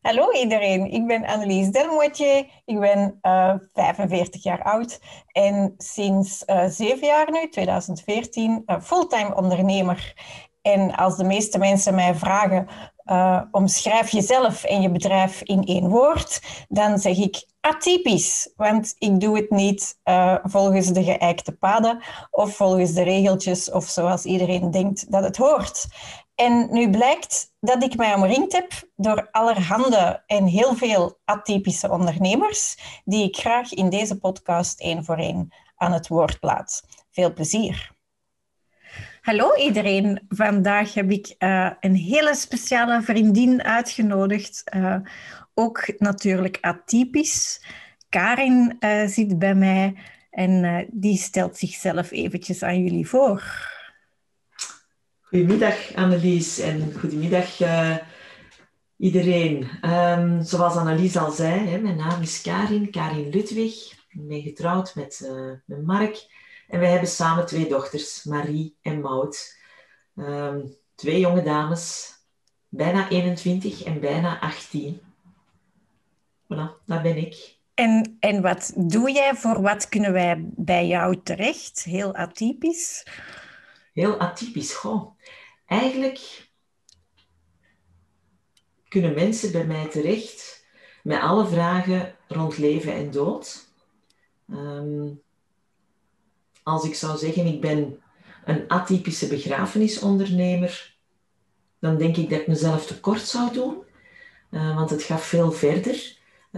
Hallo iedereen, ik ben Annelies Delmoitier, ik ben 45 jaar oud en sinds 7 jaar nu, 2014, fulltime ondernemer. En als de meeste mensen mij vragen, omschrijf jezelf en je bedrijf in één woord, dan zeg ik atypisch, want ik doe het niet volgens de geëikte paden of volgens de regeltjes of zoals iedereen denkt dat het hoort. En nu blijkt dat ik mij omringd heb door allerhande en heel veel atypische ondernemers, die ik graag in deze podcast één voor één aan het woord laat. Veel plezier. Hallo iedereen, vandaag heb ik een hele speciale vriendin uitgenodigd. Ook natuurlijk atypisch. Karin zit bij mij en die stelt zichzelf eventjes aan jullie voor. Goedemiddag Annelies en goedemiddag iedereen. Zoals Annelies al zei, hè, mijn naam is Karin Ludwig. Ik ben getrouwd met Mark en wij hebben samen 2 dochters, Marie en Maud. 2 jonge dames, bijna 21 en bijna 18. Voilà, dat ben ik. En wat doe jij? Voor wat kunnen wij bij jou terecht? Heel atypisch. Heel atypisch, goh. Eigenlijk kunnen mensen bij mij terecht met alle vragen rond leven en dood. Als ik zou zeggen, ik ben een atypische begrafenisondernemer, dan denk ik dat ik mezelf tekort zou doen, want het gaat veel verder.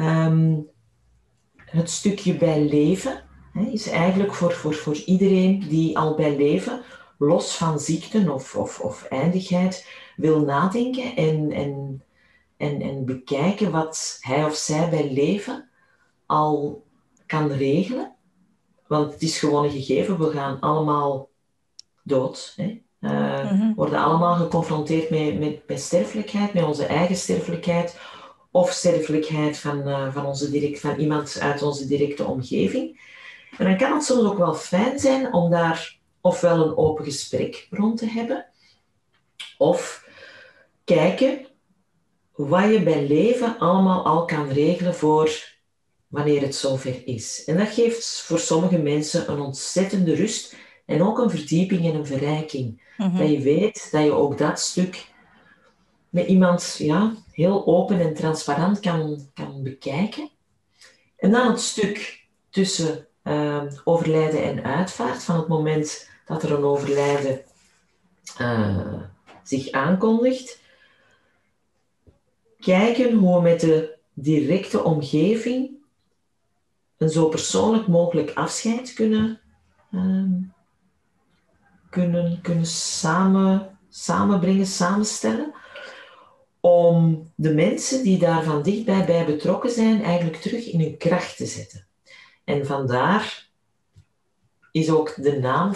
Het stukje bij leven is eigenlijk voor iedereen die al bij leven, los van ziekten of eindigheid, wil nadenken en bekijken wat hij of zij bij leven al kan regelen. Want het is gewoon een gegeven, we gaan allemaal dood. Hè? Worden allemaal geconfronteerd met sterfelijkheid, met onze eigen sterfelijkheid of sterfelijkheid van iemand uit onze directe omgeving. En dan kan het soms ook wel fijn zijn om daar ofwel een open gesprek rond te hebben, of kijken wat je bij leven allemaal al kan regelen voor wanneer het zover is. En dat geeft voor sommige mensen een ontzettende rust en ook een verdieping en een verrijking. Dat je weet dat je ook dat stuk met iemand heel open en transparant kan bekijken. En dan het stuk tussen overlijden en uitvaart, van het moment dat er een overlijden zich aankondigt. Kijken hoe we met de directe omgeving een zo persoonlijk mogelijk afscheid kunnen samenbrengen, samenstellen, om de mensen die daar van dichtbij bij betrokken zijn, eigenlijk terug in hun kracht te zetten. En vandaar is ook de naam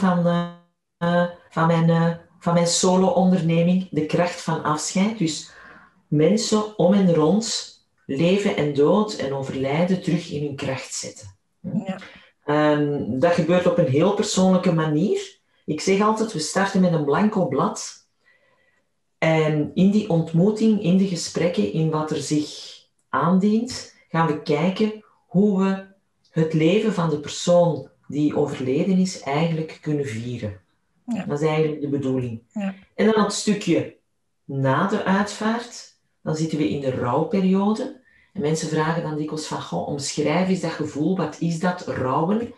van mijn solo-onderneming, de kracht van afscheid. Dus mensen om en rond leven en dood en overlijden terug in hun kracht zetten. Ja. Dat gebeurt op een heel persoonlijke manier. Ik zeg altijd, we starten met een blanco blad. En in die ontmoeting, in de gesprekken, in wat er zich aandient, gaan we kijken hoe we het leven van de persoon die overleden is eigenlijk kunnen vieren. Ja. Dat is eigenlijk de bedoeling. Ja. En dan het stukje na de uitvaart, dan zitten we in de rouwperiode. En mensen vragen dan dikwijls van, goh, omschrijf eens dat gevoel, wat is dat, rouwen?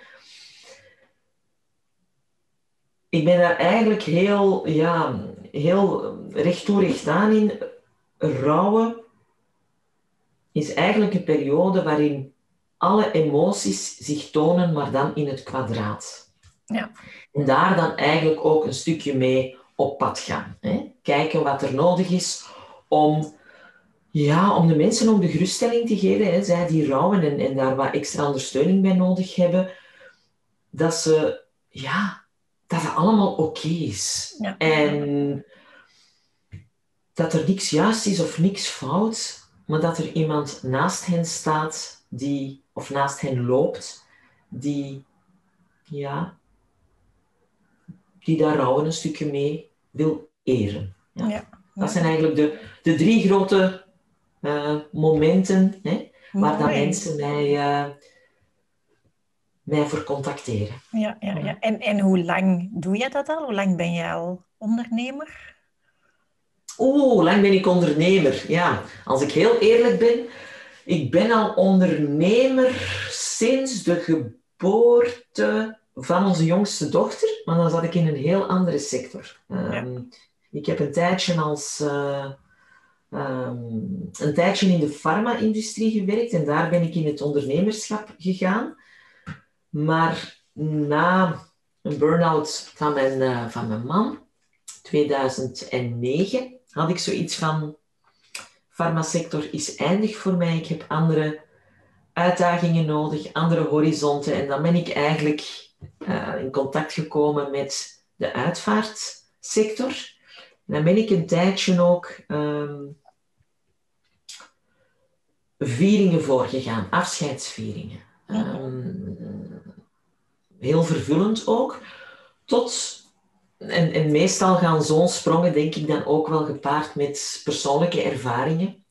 Ik ben daar eigenlijk heel recht toe recht aan in. Rouwen is eigenlijk een periode waarin alle emoties zich tonen, maar dan in het kwadraat. Ja. En daar dan eigenlijk ook een stukje mee op pad gaan. Hè? Kijken wat er nodig is om de mensen ook de geruststelling te geven, hè, zij die rouwen en daar wat extra ondersteuning bij nodig hebben, dat het allemaal oké is. Ja. En dat er niks juist is of niks fout, maar dat er iemand naast hen staat, of naast hen loopt, die daar rouwen een stukje mee wil eren. Ja. Ja. Dat zijn eigenlijk de 3 grote momenten, hè, waar dat Mooi. mensen mij voor contacteren. Ja, ja, ja. En hoe lang doe je dat al? Hoe lang ben je al ondernemer? Hoe lang ben ik ondernemer? Ja, als ik heel eerlijk ben, ik ben al ondernemer sinds de geboorte van onze jongste dochter, maar dan zat ik in een heel andere sector. Ja. Ik heb een tijdje een tijdje in de farma-industrie gewerkt en daar ben ik in het ondernemerschap gegaan. Maar na een burn-out van mijn man, 2009, had ik zoiets van, farmasector is eindig voor mij. Ik heb andere uitdagingen nodig, andere horizonten. En dan ben ik eigenlijk in contact gekomen met de uitvaartsector. En dan ben ik een tijdje ook vieringen voorgegaan, afscheidsvieringen. Heel vervullend ook. En meestal gaan zo'n sprongen, denk ik, dan ook wel gepaard met persoonlijke ervaringen.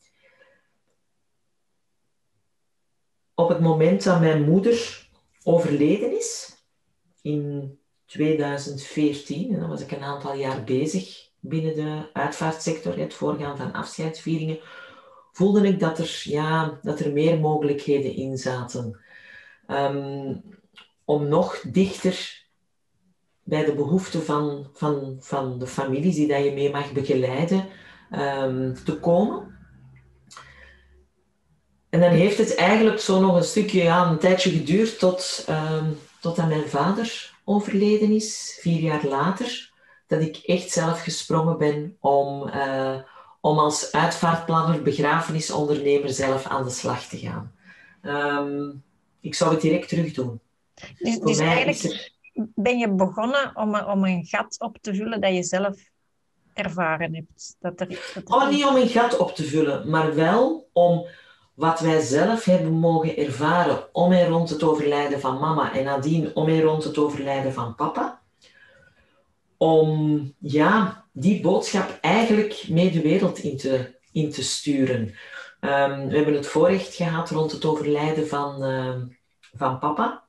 Op het moment dat mijn moeder overleden is, in 2014, en dan was ik een aantal jaar bezig binnen de uitvaartsector, het voorgaan van afscheidsvieringen, voelde ik dat er meer mogelijkheden in zaten. Om nog dichter bij de behoeften van de families die dat je mee mag begeleiden te komen. En dan heeft het eigenlijk zo nog een tijdje geduurd totdat mijn vader overleden is, 4 jaar later, dat ik echt zelf gesprongen ben om als uitvaartplanner, begrafenisondernemer zelf aan de slag te gaan. Ik zou het direct terug doen. Dus eigenlijk ben je begonnen om een gat op te vullen dat je zelf ervaren hebt. Niet om een gat op te vullen, maar wel om wat wij zelf hebben mogen ervaren om en rond het overlijden van mama en nadien om en rond het overlijden van papa. Om die boodschap eigenlijk mee de wereld in te sturen. We hebben het voorrecht gehad rond het overlijden van papa.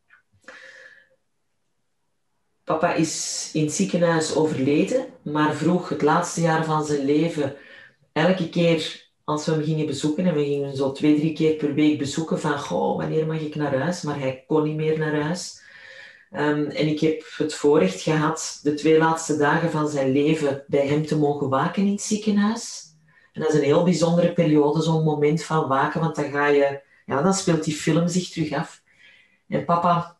Papa is in het ziekenhuis overleden, maar vroeg het laatste jaar van zijn leven elke keer als we hem gingen bezoeken, en we gingen hem zo 2-3 keer per week bezoeken, van wanneer mag ik naar huis? Maar hij kon niet meer naar huis. En ik heb het voorrecht gehad de 2 laatste dagen van zijn leven bij hem te mogen waken in het ziekenhuis. En dat is een heel bijzondere periode, zo'n moment van waken, want dan speelt die film zich terug af. En papa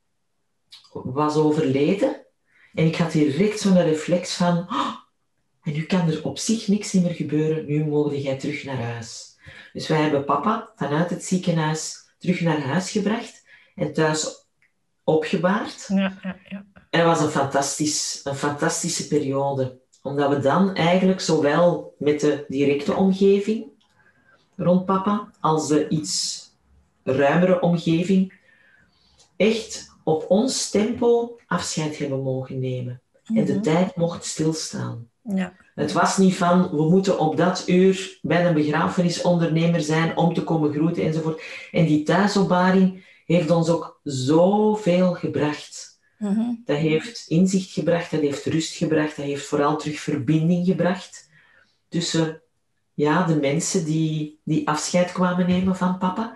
was overleden en ik had direct zo'n reflex van, en nu kan er op zich niks meer gebeuren, nu mogen jij terug naar huis. Dus wij hebben papa vanuit het ziekenhuis terug naar huis gebracht en thuis opgebaard. Ja. En dat was een fantastische periode, omdat we dan eigenlijk zowel met de directe omgeving rond papa als de iets ruimere omgeving echt op ons tempo afscheid hebben mogen nemen. En de tijd mocht stilstaan. Ja. Het was niet van, we moeten op dat uur bij een begrafenisondernemer zijn om te komen groeten enzovoort. En die thuisopbaring heeft ons ook zoveel gebracht. Dat heeft inzicht gebracht, dat heeft rust gebracht, dat heeft vooral terug verbinding gebracht tussen de mensen die afscheid kwamen nemen van papa.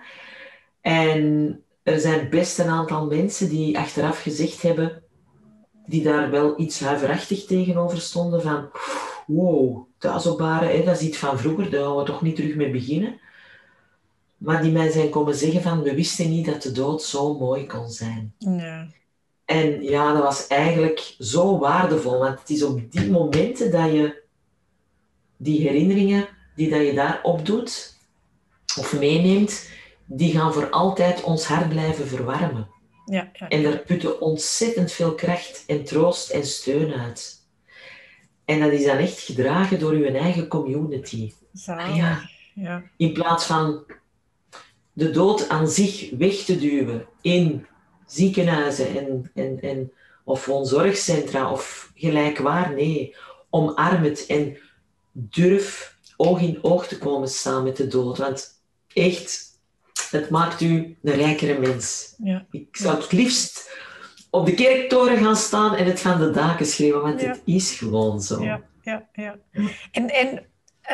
En er zijn best een aantal mensen die achteraf gezegd hebben, die daar wel iets huiverachtig tegenover stonden, van wow, thuisopbaren, dat is iets van vroeger, daar gaan we toch niet terug mee beginnen. Maar die mij zijn komen zeggen van, we wisten niet dat de dood zo mooi kon zijn. Ja. En dat was eigenlijk zo waardevol, want het is op die momenten dat je die herinneringen die dat je daar opdoet, of meeneemt, die gaan voor altijd ons hart blijven verwarmen. Ja. En daar putten ontzettend veel kracht en troost en steun uit. En dat is dan echt gedragen door je eigen community. Ja. In plaats van de dood aan zich weg te duwen in ziekenhuizen of woonzorgcentra of gelijkwaar. Nee, omarm het en durf oog in oog te komen staan met de dood. Want echt, het maakt u een rijkere mens. Ja. Ik zou het liefst op de kerktoren gaan staan en het van de daken schreeuwen, want het is gewoon zo. Ja. En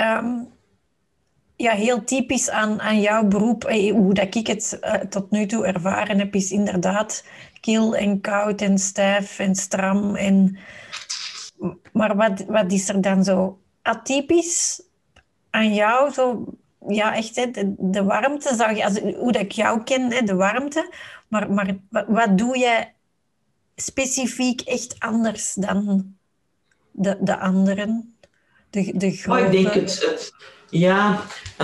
ja, heel typisch aan jouw beroep, hoe dat ik het tot nu toe ervaren heb, is inderdaad kil en koud en stijf en stram. Maar wat is er dan zo atypisch aan jou? Zo, ja, echt, hè, de warmte, hoe dat ik jou ken, hè, de warmte. Maar wat doe jij specifiek echt anders dan de anderen? De grote... Ik denk ja,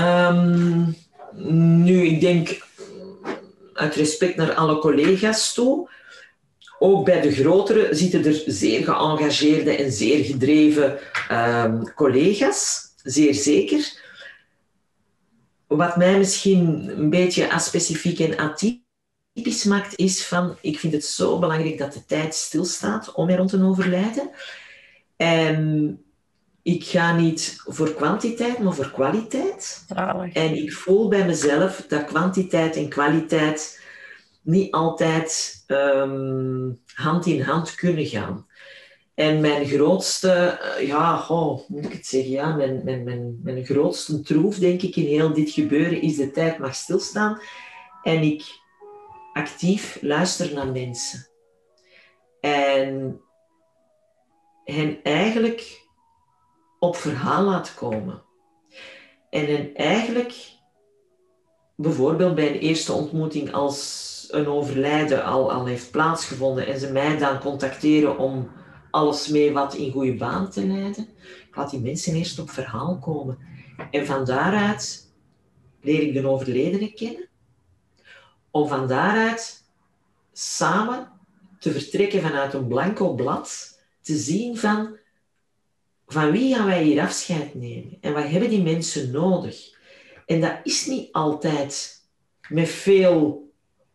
nu, ik denk uit respect naar alle collega's toe, ook bij de grotere zitten er zeer geëngageerde en zeer gedreven collega's, zeer zeker. Wat mij misschien een beetje aspecifiek en atypisch maakt, is van, ik vind het zo belangrijk dat de tijd stilstaat om er rond een overlijden. En ik ga niet voor kwantiteit, maar voor kwaliteit. Zalig. En ik voel bij mezelf dat kwantiteit en kwaliteit niet altijd hand in hand kunnen gaan. En mijn grootste, hoe moet ik het zeggen, ja, mijn grootste troef, denk ik, in heel dit gebeuren, is de tijd mag stilstaan. En ik actief luister naar mensen. En hen eigenlijk op verhaal laat komen. En hen eigenlijk, bijvoorbeeld bij een eerste ontmoeting, als een overlijden al heeft plaatsgevonden en ze mij dan contacteren om alles mee wat in goede baan te leiden, ik laat die mensen eerst op verhaal komen. En van daaruit leer ik de overledene kennen, om van daaruit samen te vertrekken vanuit een blanco blad, te zien van wie gaan wij hier afscheid nemen? En wat hebben die mensen nodig? En dat is niet altijd met veel,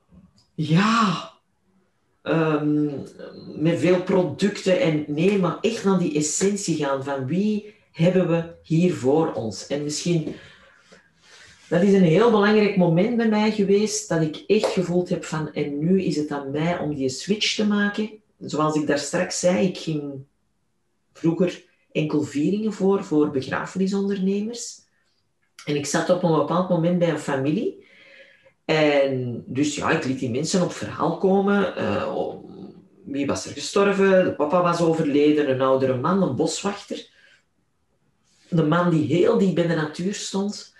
met veel producten. En nee, maar echt naar die essentie gaan van wie hebben we hier voor ons? En misschien, dat is een heel belangrijk moment bij mij geweest, dat ik echt gevoeld heb van, en nu is het aan mij om die switch te maken. Zoals ik daar straks zei, ik ging vroeger enkel vieringen voor begrafenisondernemers. En ik zat op een bepaald moment bij een familie. En dus ja, ik liet die mensen op verhaal komen. Wie was er gestorven? De papa was overleden, een oudere man, een boswachter. Een man die heel dicht bij de natuur stond.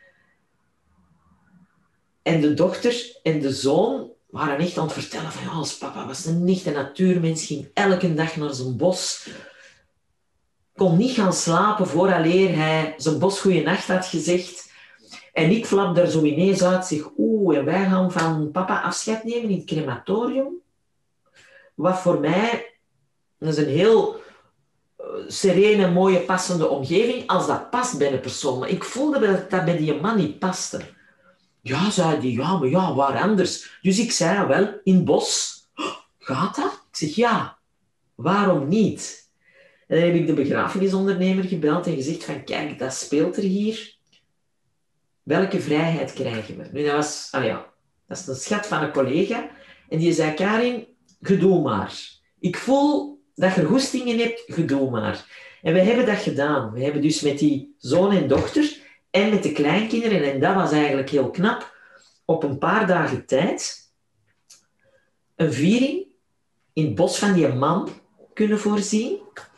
En de dochter en de zoon waren echt aan het vertellen van, ja, als papa was een echte natuurmens, ging elke dag naar zijn bos, kon niet gaan slapen vooraleer hij zijn bos goeienacht had gezegd. En ik flap daar zo ineens uit, zeg, en wij gaan van papa afscheid nemen in het crematorium. Wat voor mij, dat is een heel serene, mooie, passende omgeving, als dat past bij een persoon. Maar ik voelde dat bij die man niet paste. Ja, zei die, maar ja, waar anders? Dus ik zei, wel, in het bos. Gaat dat? Ik zeg, ja, waarom niet? En dan heb ik de begrafenisondernemer gebeld en gezegd van, kijk, dat speelt er hier. Welke vrijheid krijgen we? Nu, dat is een schat van een collega. En die zei, Karin, gedoe maar. Ik voel dat je er goesting in hebt, gedoe maar. En we hebben dat gedaan. We hebben dus met die zoon en dochter en met de kleinkinderen, en dat was eigenlijk heel knap, op een paar dagen tijd een viering in het bos van die man kunnen voorzien.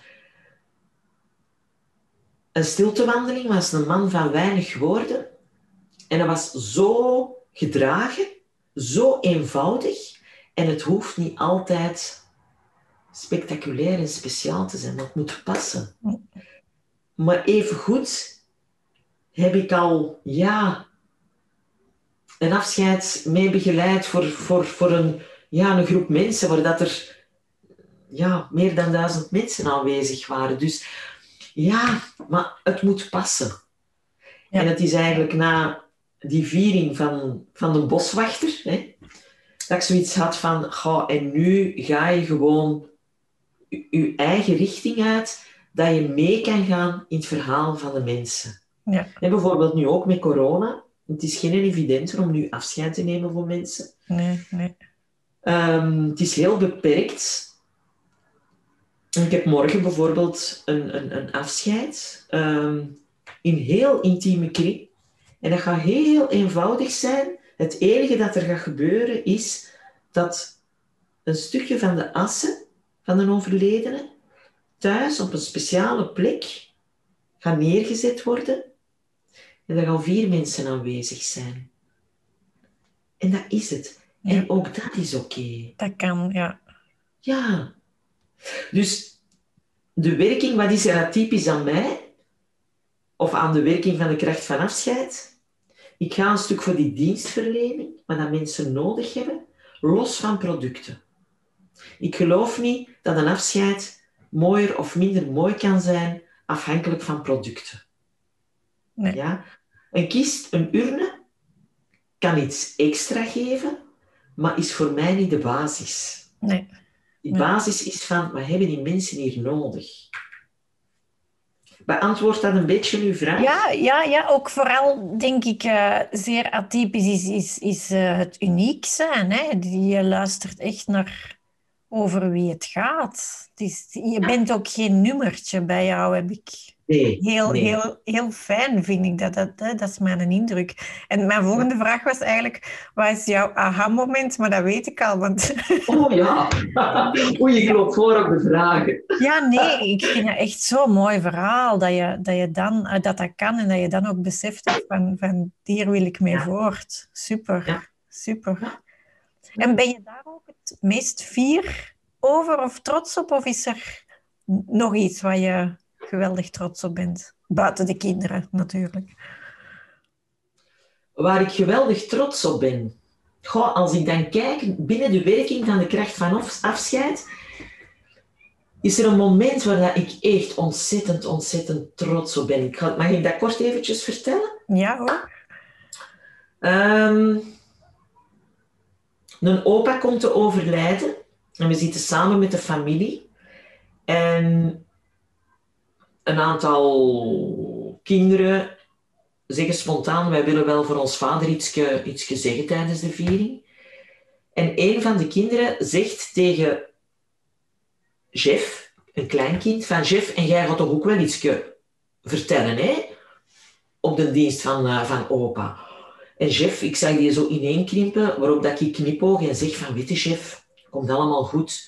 Een stiltewandeling was een man van weinig woorden. En dat was zo gedragen, zo eenvoudig. En het hoeft niet altijd spectaculair en speciaal te zijn, maar het moet passen. Maar evengoed heb ik al, een afscheid mee begeleid voor een groep mensen, waar dat er meer dan 1000 mensen aanwezig waren. Dus ja, maar het moet passen. Ja. En het is eigenlijk na die viering van de boswachter, dat ik zoiets had van, en nu ga je gewoon je eigen richting uit, dat je mee kan gaan in het verhaal van de mensen. Ja. En bijvoorbeeld nu ook met corona. Het is geen evident om nu afscheid te nemen voor mensen. Nee, nee. Het is heel beperkt. Ik heb morgen bijvoorbeeld een afscheid in heel intieme kring. En dat gaat heel eenvoudig zijn. Het enige dat er gaat gebeuren is dat een stukje van de assen van een overledene thuis op een speciale plek gaat neergezet worden. En er gaan 4 mensen aanwezig zijn. En dat is het. Ja. En ook dat is oké. Dat kan, ja. Ja. Dus de werking, wat is er atypisch aan mij? Of aan de werking van de kracht van afscheid? Ik ga een stuk voor die dienstverlening, wat dat mensen nodig hebben, los van producten. Ik geloof niet dat een afscheid mooier of minder mooi kan zijn, afhankelijk van producten. Nee. Ja? Een kist, een urne, kan iets extra geven, maar is voor mij niet de basis. Nee. Die basis is van, wat hebben die mensen hier nodig? Beantwoordt dat een beetje uw vraag? Ja, ook vooral denk ik zeer atypisch is het uniek zijn. Hè? Je luistert echt naar over wie het gaat. Je bent ook geen nummertje bij jou, heb ik. Nee. Heel fijn vind ik dat. Dat is mijn indruk. En mijn volgende vraag was eigenlijk, wat is jouw aha-moment? Maar dat weet ik al, want... Oh ja, oei, ik loop voor op de vragen. Ja, nee, ik vind het echt zo'n mooi verhaal dat kan en dat je dan ook beseft van hier wil ik mee voort. Super, super. Ja. En ben je daar ook het meest fier over of trots op? Of is er nog iets waar je geweldig trots op bent? Buiten de kinderen, natuurlijk. Waar ik geweldig trots op ben. Goh, als ik dan kijk binnen de werking van de kracht van afscheid, is er een moment waar dat ik echt ontzettend trots op ben. Mag ik dat kort eventjes vertellen? Ja hoor. Een opa komt te overlijden en we zitten samen met de familie. En een aantal kinderen zeggen spontaan, wij willen wel voor ons vader ietsje zeggen tijdens de viering. En een van de kinderen zegt tegen Jeff, een kleinkind, van Jeff, en jij gaat toch ook wel ietsje vertellen, hè? Op de dienst van opa. En Jeff, ik zag die zo ineenkrimpen, waarop dat ik knipoog en zeg van, weet je Jeff, komt allemaal goed.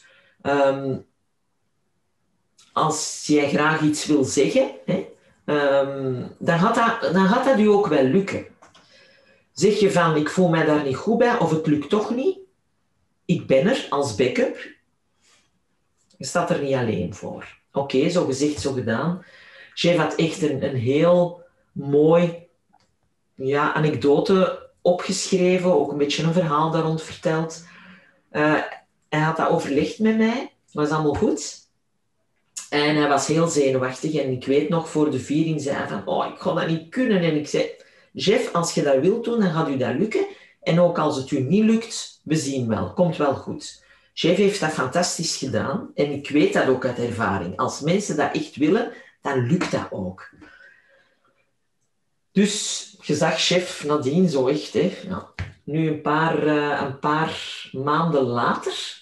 Als jij graag iets wil zeggen, hè, dan gaat dat u ook wel lukken. Zeg je van, ik voel mij daar niet goed bij, of het lukt toch niet, ik ben er als backup. Je staat er niet alleen voor. Oké, zo gezegd, zo gedaan. Jeff had echt een heel mooi anekdote opgeschreven, ook een beetje een verhaal daar rond verteld. Hij had dat overlegd met mij, was allemaal goed. En hij was heel zenuwachtig en ik weet nog, voor de viering zei hij van, ik ga dat niet kunnen. En ik zei, Jeff, als je dat wilt doen, dan gaat u dat lukken. En ook als het u niet lukt, we zien wel, komt wel goed. Jeff heeft dat fantastisch gedaan en ik weet dat ook uit ervaring. Als mensen dat echt willen, dan lukt dat ook. Dus je zag Chef nadien zo echt. Hè. Ja. Nu een paar maanden later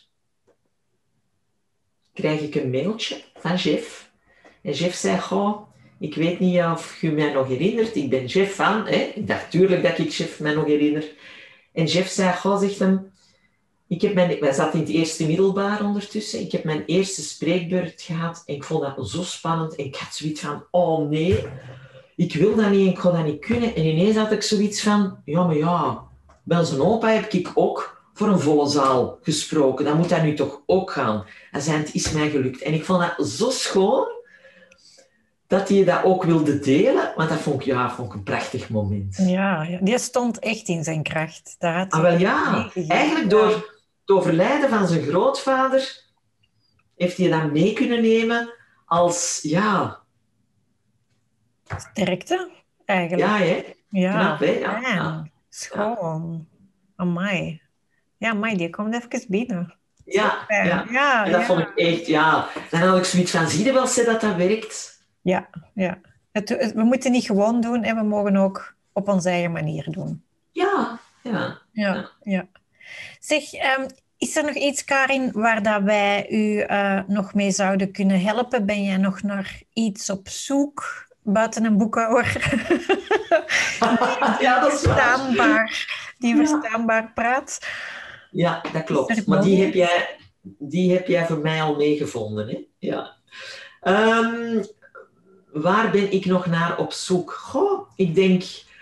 krijg ik een mailtje van Jeff. En Jeff zei, ik weet niet of je mij nog herinnert. Ik ben Jeff van. Hè. Ik dacht tuurlijk dat ik Jeff mij nog herinner. En Jeff zei, zegt hem, wij zaten in het eerste middelbaar ondertussen. Ik heb mijn eerste spreekbeurt gehad en ik vond dat zo spannend. En ik had zoiets van, oh nee, ik wil dat niet en ik ga dat niet kunnen. En ineens had ik zoiets van, bij zijn opa heb ik ook voor een volle zaal gesproken. Dan moet dat nu toch ook gaan. Hij zei, het is mij gelukt. En ik vond dat zo schoon dat hij dat ook wilde delen. Want dat vond ik een prachtig moment. Ja, die stond echt in zijn kracht. Eigenlijk door het overlijden van zijn grootvader heeft hij dat mee kunnen nemen als, sterkte, eigenlijk. Ja, hè? Ja, knap, hè? Ja. Schoon. Amai. Ja, amai, die komt even binnen. Ja. En dat vond ik echt, dan had ik zoiets van, zie je wel, dat werkt? Ja. We moeten niet gewoon doen en we mogen ook op onze eigen manier doen. Ja, ja. Ja, ja. Zeg, is er nog iets, Karin, waar dat wij u nog mee zouden kunnen helpen? Ben jij nog naar iets op zoek buiten een boekhouder? Ja, dat is waar. Die verstaanbaar praat. Ja, dat Is klopt. er Maar nog die heb jij voor mij al meegevonden, hè? Ja. Waar ben ik nog naar op zoek? Goh, ik denk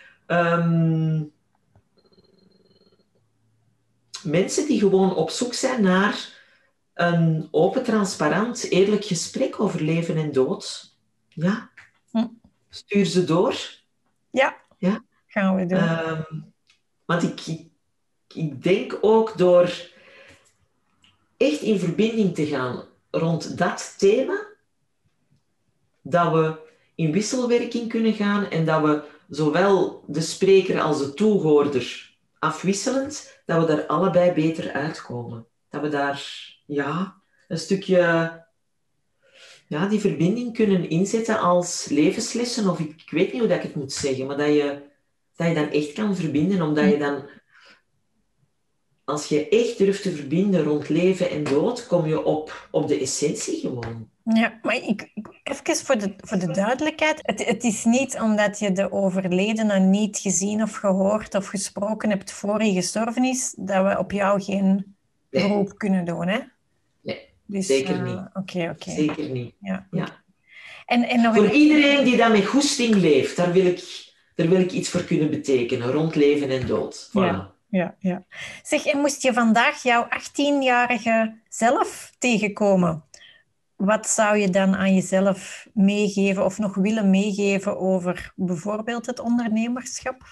mensen die gewoon op zoek zijn naar een open, transparant, eerlijk gesprek over leven en dood. Ja, stuur ze door. Ja, Ja. gaan we doen. Want ik denk ook door echt in verbinding te gaan rond dat thema, dat we in wisselwerking kunnen gaan en dat we zowel de spreker als de toehoorder afwisselend, dat we daar allebei beter uitkomen. Dat we daar een stukje die verbinding kunnen inzetten als levenslessen, of ik weet niet hoe dat ik het moet zeggen, maar dat je dan echt kan verbinden, omdat je dan, als je echt durft te verbinden rond leven en dood, kom je op de essentie gewoon. Ja, maar even voor de duidelijkheid. Het is niet omdat je de overledene niet gezien of gehoord of gesproken hebt voor hij gestorven is, dat we op jou geen beroep kunnen doen, hè? Nee, dus, zeker niet. Oké. Zeker niet. Ja. Ja. En nog voor iedereen die dat met goesting leeft, daar wil ik iets voor kunnen betekenen, rond leven en dood. Voilà. Ja. Zeg, en moest je vandaag jouw 18-jarige zelf tegenkomen? Wat zou je dan aan jezelf meegeven of nog willen meegeven over bijvoorbeeld het ondernemerschap?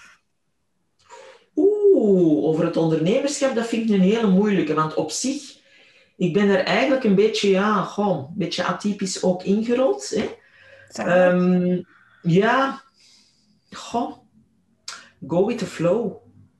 Over het ondernemerschap, dat vind ik een hele moeilijke. Want op zich, ik ben er eigenlijk een beetje atypisch ook ingerold. Hè. Go with the flow.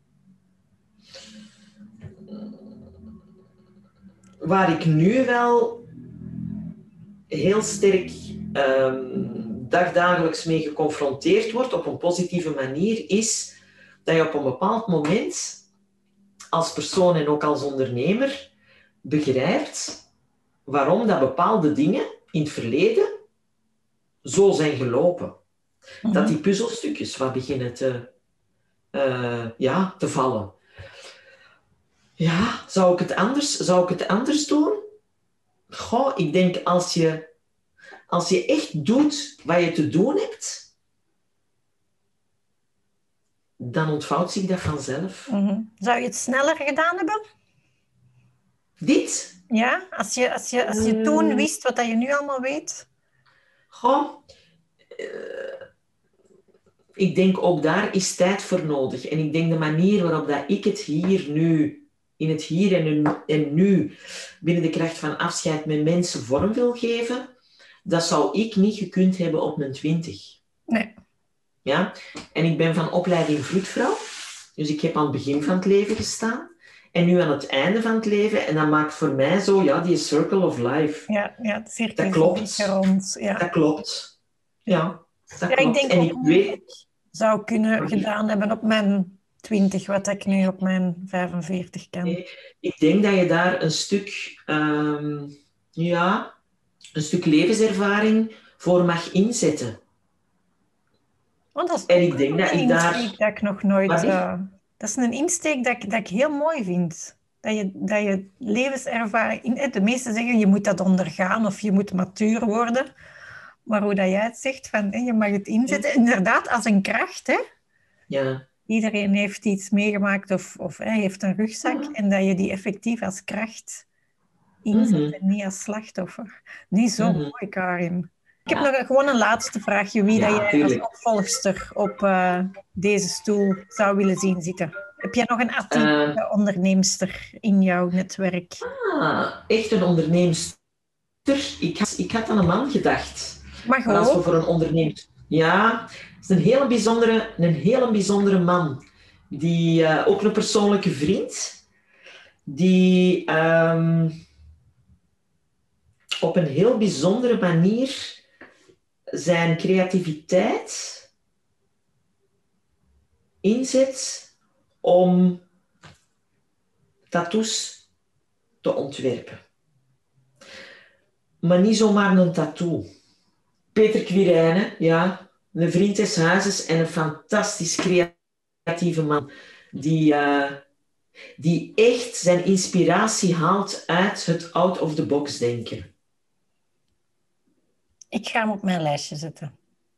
Waar ik nu wel heel sterk dagdagelijks mee geconfronteerd word op een positieve manier, is dat je op een bepaald moment als persoon en ook als ondernemer begrijpt waarom dat bepaalde dingen in het verleden zo zijn gelopen. Dat die puzzelstukjes wat beginnen te vallen. Ja, zou ik het anders doen? Ik denk als je echt doet wat je te doen hebt, dan ontvouwt zich dat vanzelf. Zou je het sneller gedaan hebben? Dit? Ja, als je toen wist wat je nu allemaal weet? Ik denk ook daar is tijd voor nodig. En ik denk de manier waarop dat ik het hier nu, in het hier en nu, binnen de kracht van afscheid met mensen vorm wil geven, dat zou ik niet gekund hebben op mijn 20. Nee. Ja? En ik ben van opleiding vroedvrouw. Dus ik heb aan het begin van het leven gestaan. En nu aan het einde van het leven. En dat maakt voor mij zo, die circle of life. Ja, het cirkel dat klopt. Rond. Ja. Dat klopt. Ja, dat klopt. Ik denk en ook ik weet... zou kunnen gedaan hebben op mijn 20, wat ik nu op mijn 45 kan. Nee, ik denk dat je daar een stuk levenservaring voor mag inzetten. Dat is en ik denk dat ik daar... dat ik nog nooit... dat is een insteek dat ik heel mooi vind. Dat je levenservaring... De meesten zeggen, je moet dat ondergaan of je moet matuur worden. Maar hoe dat jij het zegt, van, je mag het inzetten. Inderdaad, als een kracht, hè? Ja. Iedereen heeft iets meegemaakt of heeft een rugzak. En dat je die effectief als kracht inzet en niet als slachtoffer. Niet zo mooi, Karin. Ik heb nog gewoon een laatste vraagje. Wie dat jij als opvolgster op deze stoel zou willen zien zitten? Heb jij nog een atypische onderneemster in jouw netwerk? Echt een onderneemster? Ik had aan een man gedacht. Maar als we voor een ondernemer... Ja, het is een hele bijzondere man. Die, ook een persoonlijke vriend. Die op een heel bijzondere manier zijn creativiteit inzet om tattoos te ontwerpen. Maar niet zomaar een tattoo. Peter Quirijnen, ja, een vriend des huizes en een fantastisch creatieve man die echt zijn inspiratie haalt uit het out-of-the-box denken. Ik ga hem op mijn lijstje zetten.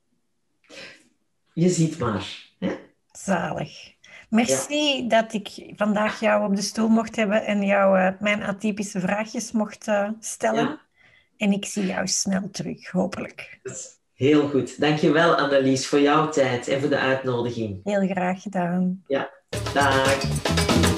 Je ziet maar. Hè? Zalig. Merci dat ik vandaag jou op de stoel mocht hebben en jou mijn atypische vraagjes mocht stellen. Ja. En ik zie jou snel terug, hopelijk. Heel goed. Dankjewel Annelies voor jouw tijd en voor de uitnodiging. Heel graag gedaan. Ja, dag.